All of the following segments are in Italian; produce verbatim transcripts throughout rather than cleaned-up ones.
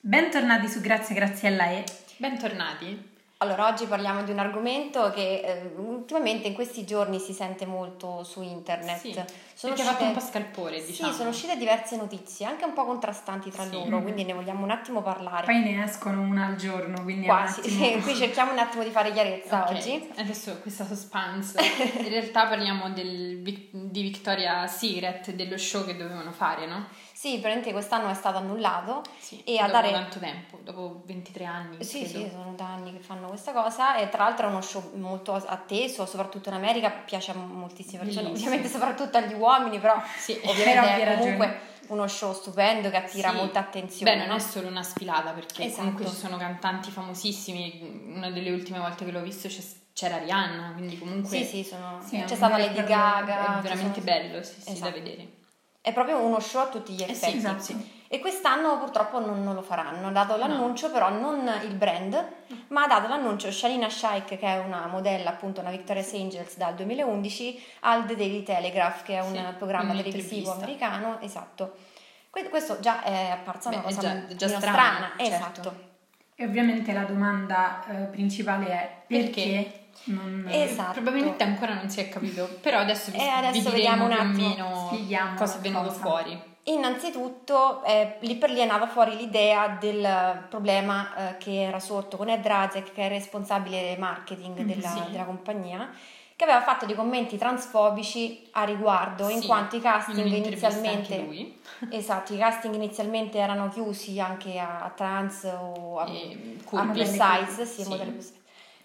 Bentornati su Grazia Graziella e... Bentornati. Allora, oggi parliamo di un argomento che eh, ultimamente in questi giorni si sente molto su internet. Sì, sono perché uscite, ha fatto un po' scalpore, diciamo. Sì, sono uscite diverse notizie, anche un po' contrastanti tra Sì. loro, quindi ne vogliamo un attimo parlare. Poi ne escono una al giorno, quindi Quasi, è un attimo... qui cerchiamo un attimo di fare chiarezza Okay, oggi. adesso questa suspense. In realtà parliamo del, di Victoria's Secret, dello show che dovevano fare, no? Sì, praticamente quest'anno è stato annullato. Sì, e a dopo dare... tanto tempo, dopo ventitré anni. Sì, credo. sì, sono da anni che fanno questa cosa e tra l'altro è uno show molto atteso, soprattutto in America, piace a moltissime persone, Bellissimo. ovviamente soprattutto agli uomini, però Sì, ovviamente per ovvie è comunque ragioni. uno show stupendo che attira Sì. molta attenzione. Beh, non no? è solo una sfilata, perché Esatto. comunque ci sono cantanti famosissimi. Una delle ultime volte che l'ho visto c'è- c'era Rihanna, quindi comunque Sì, sì, sono... Sì, c'è è stata un Lady vero e proprio- Gaga. è veramente ci sono- bello, sì, sì, Esatto. da vedere. È proprio uno show a tutti gli Eh effetti. sì, Esatto. sì. E quest'anno purtroppo non, non lo faranno, ha dato l'annuncio, però non il brand, ma ha dato l'annuncio Shalina Shaikh, che è una modella, appunto una Victoria's Angels dal duemilaundici, al The Daily Telegraph, che è un Sì, programma un'intervista. televisivo americano, esatto. Que- Questo già è apparsa una Beh, è cosa già- un è già pochino strano, strana, certo. esatto. E ovviamente la domanda eh, principale è perché, Perché? non... Esatto. Probabilmente ancora non si è capito, però adesso vi, E adesso vi diremo vediamo un più o attimo, meno spieghiamo cosa è venuto cosa. fuori. Innanzitutto, eh, lì per lì è nata fuori l'idea del problema eh, che era sorto con Ed Razek, che è il responsabile marketing Mm, della, sì. della compagnia, che aveva fatto dei commenti transfobici a riguardo, in Sì, quanto i casting in un'intervista inizialmente anche lui. esatto, i casting inizialmente erano chiusi anche a, a trans o a, E a curvi. plus size, sì, Sì. modelli plus size.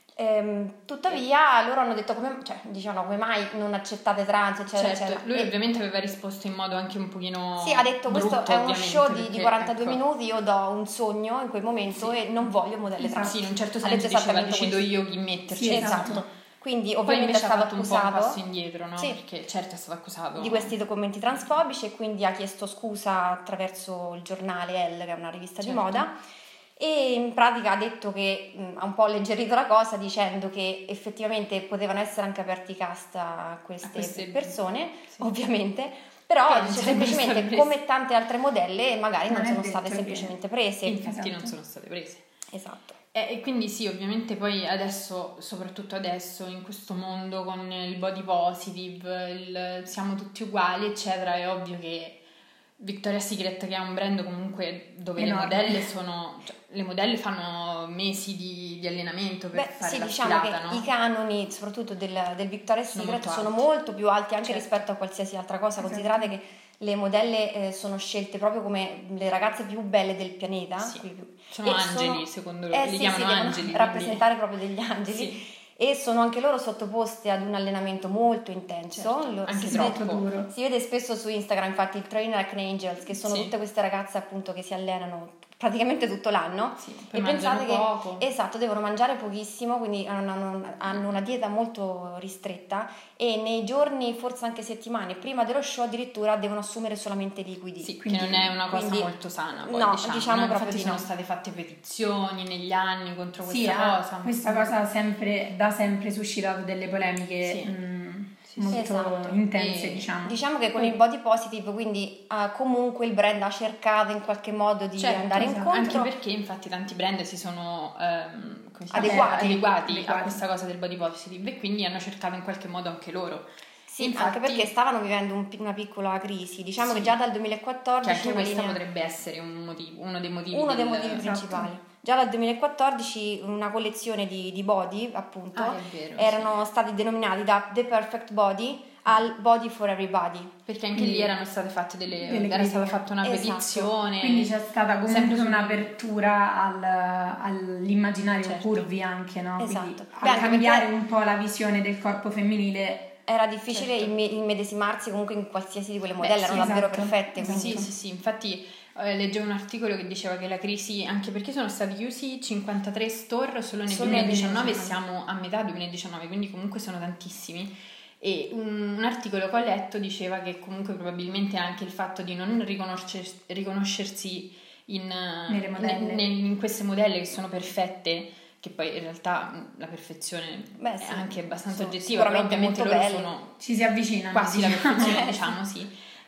Ehm, tuttavia loro hanno detto come, cioè, dicevano come mai non accettate trans, eccetera, Certo, eccetera. lui E- ovviamente aveva risposto in modo anche un pochino sì, ha detto questo brutto, è uno ovviamente, show di, di perché, quarantadue ecco, minuti, io do un sogno in quel momento Sì. e non voglio modelle Esatto. trans. Sì, in un certo Ha senso detto diceva esattamente decido questo. io chi metterci. Sì, Esatto. Quindi Poi ovviamente è invece ha stato fatto un po' un accusato passo indietro, no? Sì. Perché certo è stato accusato di questi documenti transfobici e quindi ha chiesto scusa attraverso il giornale Elle, che è una rivista di Certo. moda, e in pratica ha detto che mh, ha un po' alleggerito la cosa dicendo che effettivamente potevano essere anche aperti cast a queste, A queste- persone, sì. ovviamente, però Però non dice sarebbero semplicemente state prese. come tante altre modelle magari Non non è sono detto state che- semplicemente prese. Infatti Esatto. non sono state prese. Esatto. E, e quindi sì, ovviamente poi adesso, soprattutto adesso, in questo mondo con il body positive, il siamo tutti uguali, eccetera, è ovvio che Victoria's Secret, che è un brand comunque dove Enorme. le modelle sono, cioè, le modelle fanno mesi di, di allenamento per Beh, fare sì, la diciamo sfilata, che no? i canoni, soprattutto del, del Victoria's Sono Secret, molto sono alti. molto più alti anche Certo. rispetto a qualsiasi altra cosa. Esatto. Considerate che le modelle eh, sono scelte proprio come le ragazze più belle del pianeta. Sì. qui- Sono e angeli, secondo loro, eh, li sì, chiamano sì, devono angeli, quindi- rappresentare proprio degli angeli. Sì. E sono anche loro sottoposte ad un allenamento molto intenso. Certo, Loro- anche si, troppo. vede, duro. si vede spesso su Instagram, infatti, il Trainer Acne Angels, che sono Sì. tutte queste ragazze appunto che si allenano praticamente tutto l'anno. Sì, poi E pensate mangiano che poco. esatto, devono mangiare pochissimo, quindi hanno, hanno- hanno una dieta molto ristretta e nei giorni, forse anche settimane prima dello show addirittura devono assumere solamente liquidi. Sì, Quindi- che non è una cosa quindi- molto sana, poi, no, diciamo, diciamo no? proprio Infatti di sono no. state fatte petizioni negli anni contro Sì, questa ha- cosa. questa cosa ha sempre, da sempre suscitato delle polemiche Sì. mh, Sì, sì. molto Esatto. intense, E- diciamo. Diciamo che con Poi- il body positive, quindi ah, comunque il brand ha cercato in qualche modo di Certo, andare esatto. incontro. Anche perché infatti tanti brand si sono ehm, come si chiama? Adeguati. adeguati a Adeguati. questa cosa del body positive e quindi hanno cercato in qualche modo anche loro. Sì, Infatti- anche perché stavano vivendo un pi- una piccola crisi. Diciamo Sì. che già dal Che duemilaquattordici anche una questa linea- potrebbe essere un motivo, uno dei motivi uno dei del- motivi Esatto. principali. Già dal duemilaquattordici una collezione di, di body, appunto, Ah, è vero, erano stati denominati da The Perfect Body al Body for Everybody. perché anche Quindi- lì erano state fatte delle, delle era stata critiche. fatta una Esatto. petizione. Quindi c'è stata sempre comunque su- un'apertura al- all'immaginario Certo. curvi anche, no? Esatto. Quindi Beh, a anche cambiare perché- un po' la visione del corpo femminile. Era difficile Certo. imme- immedesimarsi comunque in qualsiasi di quelle Beh, modelle, sì, erano davvero esatto. perfette. Esatto. Quindi... Sì, sì, sì, infatti eh, leggevo un articolo che diceva che la crisi, anche perché sono stati chiusi cinquantatré store solo nel Solo nel duemiladiciannove e duemiladiciannove. siamo a metà duemiladiciannove, quindi comunque sono tantissimi. E un, un articolo che ho letto diceva che comunque probabilmente anche il fatto di non riconoscer- riconoscersi in, eh, Nelle modelle. in, in queste modelle che sono perfette, che poi in realtà mh, la perfezione Beh, sì, è anche abbastanza sono oggettiva, però sicuramente ovviamente molto loro belle. sono Ci si avvicinano. quasi la diciamo. perfezione, diciamo, sì.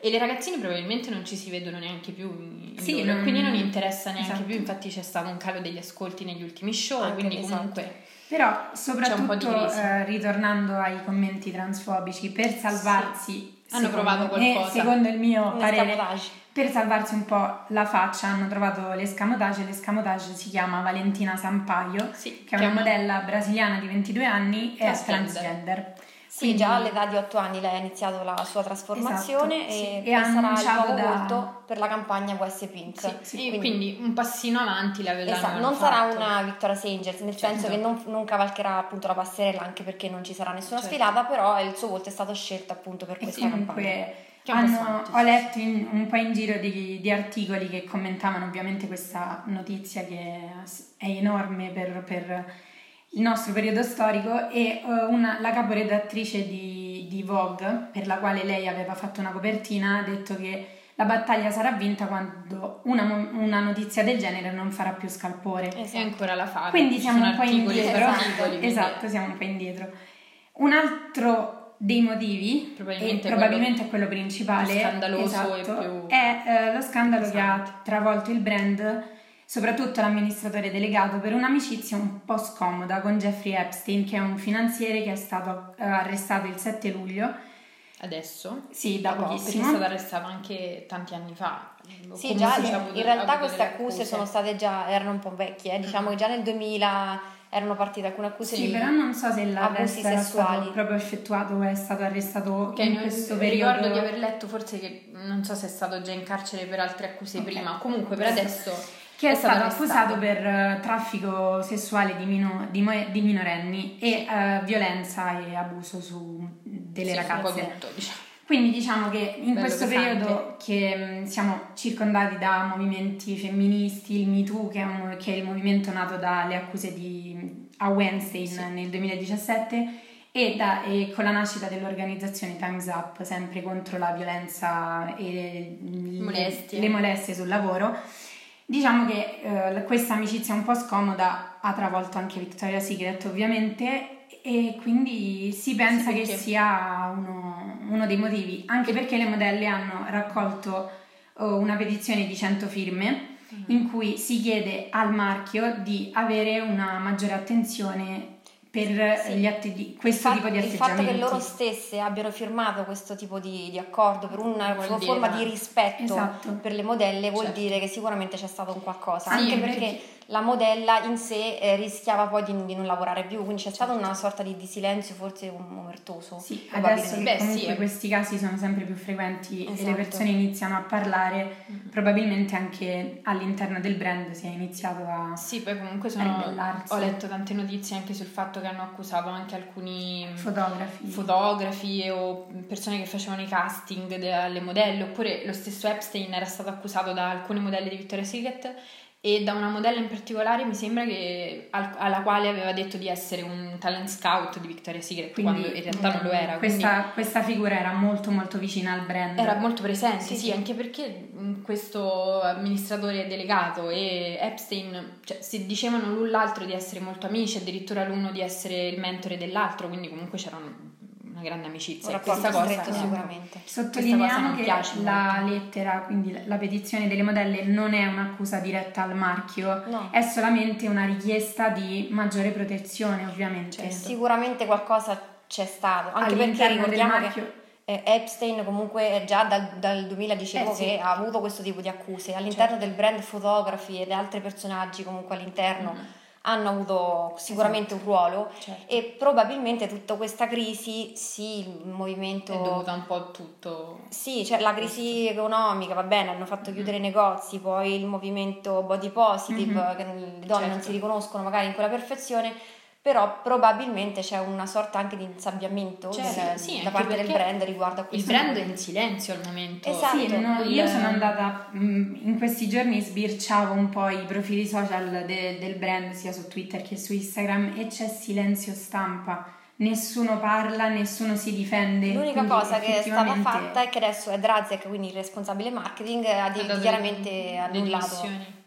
e le ragazzine probabilmente non ci si vedono neanche più in sì, loro, non... quindi non interessa neanche esatto. più, infatti c'è stato un calo degli ascolti negli ultimi show, Anche quindi esatto. comunque però soprattutto eh, ritornando ai commenti transfobici, per salvarsi sì. hanno provato qualcosa, e secondo il mio un parere escamotage. Per salvarsi un po' la faccia hanno trovato l'escamotage, l'escamotage si chiama Valentina Sampaio, sì, che è una che modella brasiliana di ventidue anni e è transgender. Sì, quindi, già all'età di otto anni lei ha iniziato la sua trasformazione, esatto, e, sì. e sarà il nuovo da... volto per la campagna U S Pink. Sì, sì. Quindi, quindi un passino avanti l'avranno esatto, non fatto. sarà una Victoria's Angels, nel certo. senso che non, non cavalcherà appunto la passerella, anche perché non ci sarà nessuna certo. sfilata, però il suo volto è stato scelto appunto per questa campagna. Hanno, ho letto in, un po' in giro di, di articoli che commentavano ovviamente questa notizia che è enorme per, per il nostro periodo storico, e uh, una, la caporedattrice di, di Vogue, per la quale lei aveva fatto una copertina, ha detto che la battaglia sarà vinta quando una, una notizia del genere non farà più scalpore. Esatto. E ancora la fa. Quindi siamo un po' articoli, indietro. articoli, esatto, siamo un po' indietro. Un altro dei motivi, probabilmente, e probabilmente quello, è quello principale, scandaloso, esatto, e più... è eh, lo scandalo esatto. che ha travolto il brand, soprattutto l'amministratore delegato, per un'amicizia un po' scomoda con Jeffrey Epstein, che è un finanziere che è stato eh, arrestato il sette luglio. Adesso? Sì, da no, pochissimo. Perché è stato arrestato anche tanti anni fa. Sì, già, avuto, in realtà queste accuse, accuse sono state già, erano un po' vecchie, eh. diciamo che già nel duemila erano partite alcune accuse sì, di però non so se l'arresto era sessuali. stato proprio effettuato o è stato arrestato okay, in questo periodo. Ricordo di aver letto forse che non so se è stato già in carcere per altre accuse okay. prima, comunque per adesso che è, è stato, stato accusato per uh, traffico sessuale di, mino, di, mo- di minorenni e uh, violenza e abuso su delle sì, ragazze. Su un po' tutto, diciamo. Quindi diciamo che in Bello questo pesante. periodo che mh, siamo circondati da movimenti femministi, il Me Too, che è, un, che è il movimento nato dalle accuse di, a Weinstein sì. nel duemiladiciassette, e, da, e con la nascita dell'organizzazione Time's Up, sempre contro la violenza e molestie. Le, le molestie sul lavoro. Diciamo che eh, questa amicizia un po' scomoda ha travolto anche Victoria's Secret, ovviamente, e quindi si pensa sì, che sia uno, uno dei motivi, anche perché le modelle hanno raccolto uh, una petizione di cento firme uh-huh. in cui si chiede al marchio di avere una maggiore attenzione per sì. gli atti di questo fa- tipo di atteggiamenti. Il fatto che loro stesse abbiano firmato questo tipo di, di accordo per una vuol forma dire, di rispetto esatto. per le modelle vuol certo. dire che sicuramente c'è stato un qualcosa, sì, anche perché, perché la modella in sé eh, rischiava poi di, di non lavorare più, quindi c'è certo. stata una sorta di, di silenzio forse omertoso. Sì, adesso che Beh, comunque sì. questi casi sono sempre più frequenti esatto. e le persone iniziano a parlare, mm-hmm. probabilmente anche all'interno del brand si è iniziato a sì, poi comunque sono, ho letto tante notizie anche sul fatto che hanno accusato anche alcuni fotografi, fotografi o persone che facevano i casting de- alle modelle, oppure lo stesso Epstein era stato accusato da alcune modelle di Victoria's Secret e da una modella in particolare mi sembra che al, alla quale aveva detto di essere un talent scout di Victoria's Secret, quindi, quando in realtà non lo era. Questa, quindi questa figura era molto molto vicina al brand, era molto presente, sì, sì, sì. anche perché questo amministratore delegato e Epstein, cioè, si dicevano l'un l'altro di essere molto amici, addirittura l'uno di essere il mentore dell'altro, quindi comunque c'erano una grande amicizia. Un questa cosa stretto, sicuramente. Sottolineiamo che la molto. lettera, quindi la petizione delle modelle, non è un'accusa diretta al marchio, no. è solamente una richiesta di maggiore protezione, ovviamente. Certo. Sicuramente qualcosa c'è stato, anche all'interno perché ricordiamo del marchio, che eh, Epstein comunque è già dal, dal duemila dicevo eh, sì. che ha avuto questo tipo di accuse all'interno certo. del brand fotografi e gli altri personaggi comunque all'interno. Mm. hanno avuto sicuramente esatto. un ruolo certo. e probabilmente tutta questa crisi, sì, il movimento è dovuta un po' a tutto, sì, cioè la crisi economica, va bene, hanno fatto chiudere mm-hmm. i negozi, poi il movimento body positive, mm-hmm. che le donne certo. non si riconoscono magari in quella perfezione, però probabilmente c'è una sorta anche di insabbiamento cioè, del, sì, da parte del brand riguardo a questo. Il brand è in silenzio al momento. Esatto. Sì, no, io sono andata mh, in questi giorni sbirciavo un po' i profili social de, del brand sia su Twitter che su Instagram e c'è silenzio stampa. Nessuno parla, nessuno si difende. L'unica cosa che effettivamente... stava fatta è che adesso Ed Razek, quindi il responsabile marketing, ha di- dato chiaramente le, annullato. le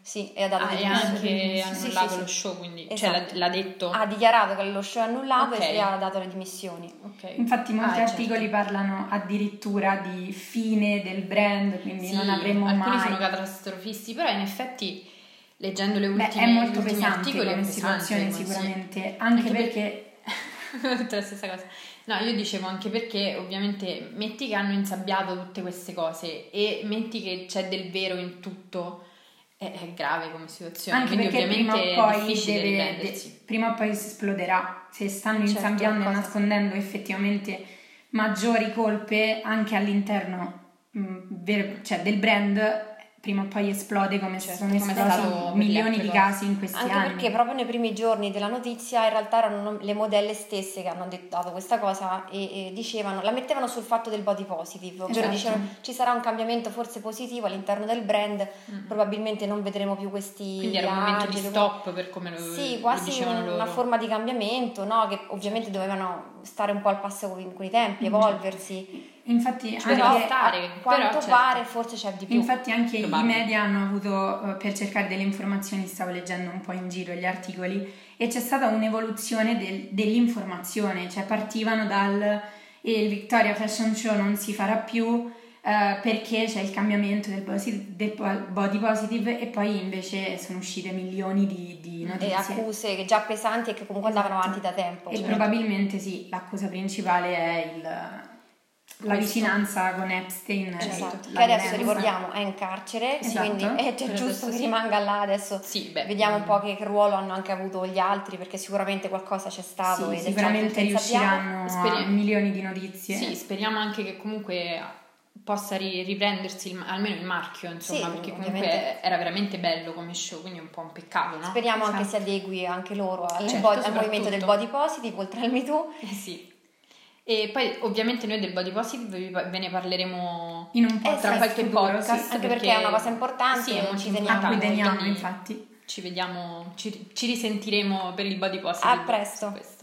Sì, e ha dato ah, le e anche sì, annullato sì, lo sì. show, quindi Esatto. cioè, l'ha, l'ha detto. Ha dichiarato che lo show è annullato okay. e ha dato le dimissioni. Okay. Infatti molti ah, articoli certo. parlano addirittura di fine del brand, quindi sì, non avremo alcuni mai... sono catastrofisti, però in effetti leggendo le ultime, Beh, è molto gli ultimi pesante articoli come è situazione pesante, sicuramente, sì. anche, anche perché... perché... la stessa cosa. No, io dicevo anche perché ovviamente metti che hanno insabbiato tutte queste cose e metti che c'è del vero in tutto, è, è grave come situazione. Anche quindi perché ovviamente prima o è poi difficile deve, riprendersi. de, prima o poi si esploderà, se stanno Certo, insabbiando e cosa- nascondendo effettivamente maggiori colpe anche all'interno mh, ver- cioè del brand, prima o poi esplode come Certo, sono come è esplosi stato per le milioni altre di cose. casi in questi Anche anni. perché proprio nei primi giorni della notizia in realtà erano le modelle stesse che hanno detto questa cosa e, e dicevano, la mettevano sul fatto del body positive, ovvero Esatto. dicevano ci sarà un cambiamento forse positivo all'interno del brand, Mm. probabilmente non vedremo più questi Quindi era un momento di viaggi, stop per come lo, sì, lo quasi dicevano loro. una forma di cambiamento, no? Che ovviamente dovevano stare un po' al passo con, con i tempi, Mm. evolversi. Infatti Però anche, stare, a quanto però, certo. pare forse c'è di più. infatti anche i Probabile. media hanno avuto, eh, per cercare delle informazioni, stavo leggendo un po' in giro gli articoli, e c'è stata un'evoluzione del- dell'informazione, cioè partivano dal e il Victoria Fashion Show non si farà più eh, perché c'è il cambiamento del, posi- del po- body positive, e poi invece sono uscite milioni di, di E notizie. accuse che già pesanti e che comunque andavano Esatto. avanti da tempo. E Cioè. probabilmente sì, l'accusa principale è il, la Questo. vicinanza con Epstein. e Esatto, la che adesso violenza. ricordiamo è in carcere, Esatto. quindi è già Per giusto adesso che sì. rimanga là adesso. Sì, beh, Vediamo un mm. po' che, che ruolo hanno anche avuto gli altri, perché sicuramente qualcosa c'è stato. Sì, ed è sicuramente già tutto insabbiato. riusciranno Speriamo. a milioni di notizie. Sì, speriamo anche che comunque possa ri- riprendersi il- almeno il marchio, insomma, Sì, perché ovviamente. comunque era veramente bello come show, quindi è un po' un peccato, no? Speriamo anche Esatto. si adegui anche loro al, Certo, body- al movimento del soprattutto. body positive, oltre al Me Too. Eh sì. E poi ovviamente noi del body positive vi- ve ne parleremo In un po' Eh, tra sì, qualche futuro, podcast, sì. Anche perché è una cosa importante, sì, è molto ci A teniamo cui importante, teniamo, quindi infatti. ci vediamo, ci, ci risentiremo per il body positive. A presto. Questo.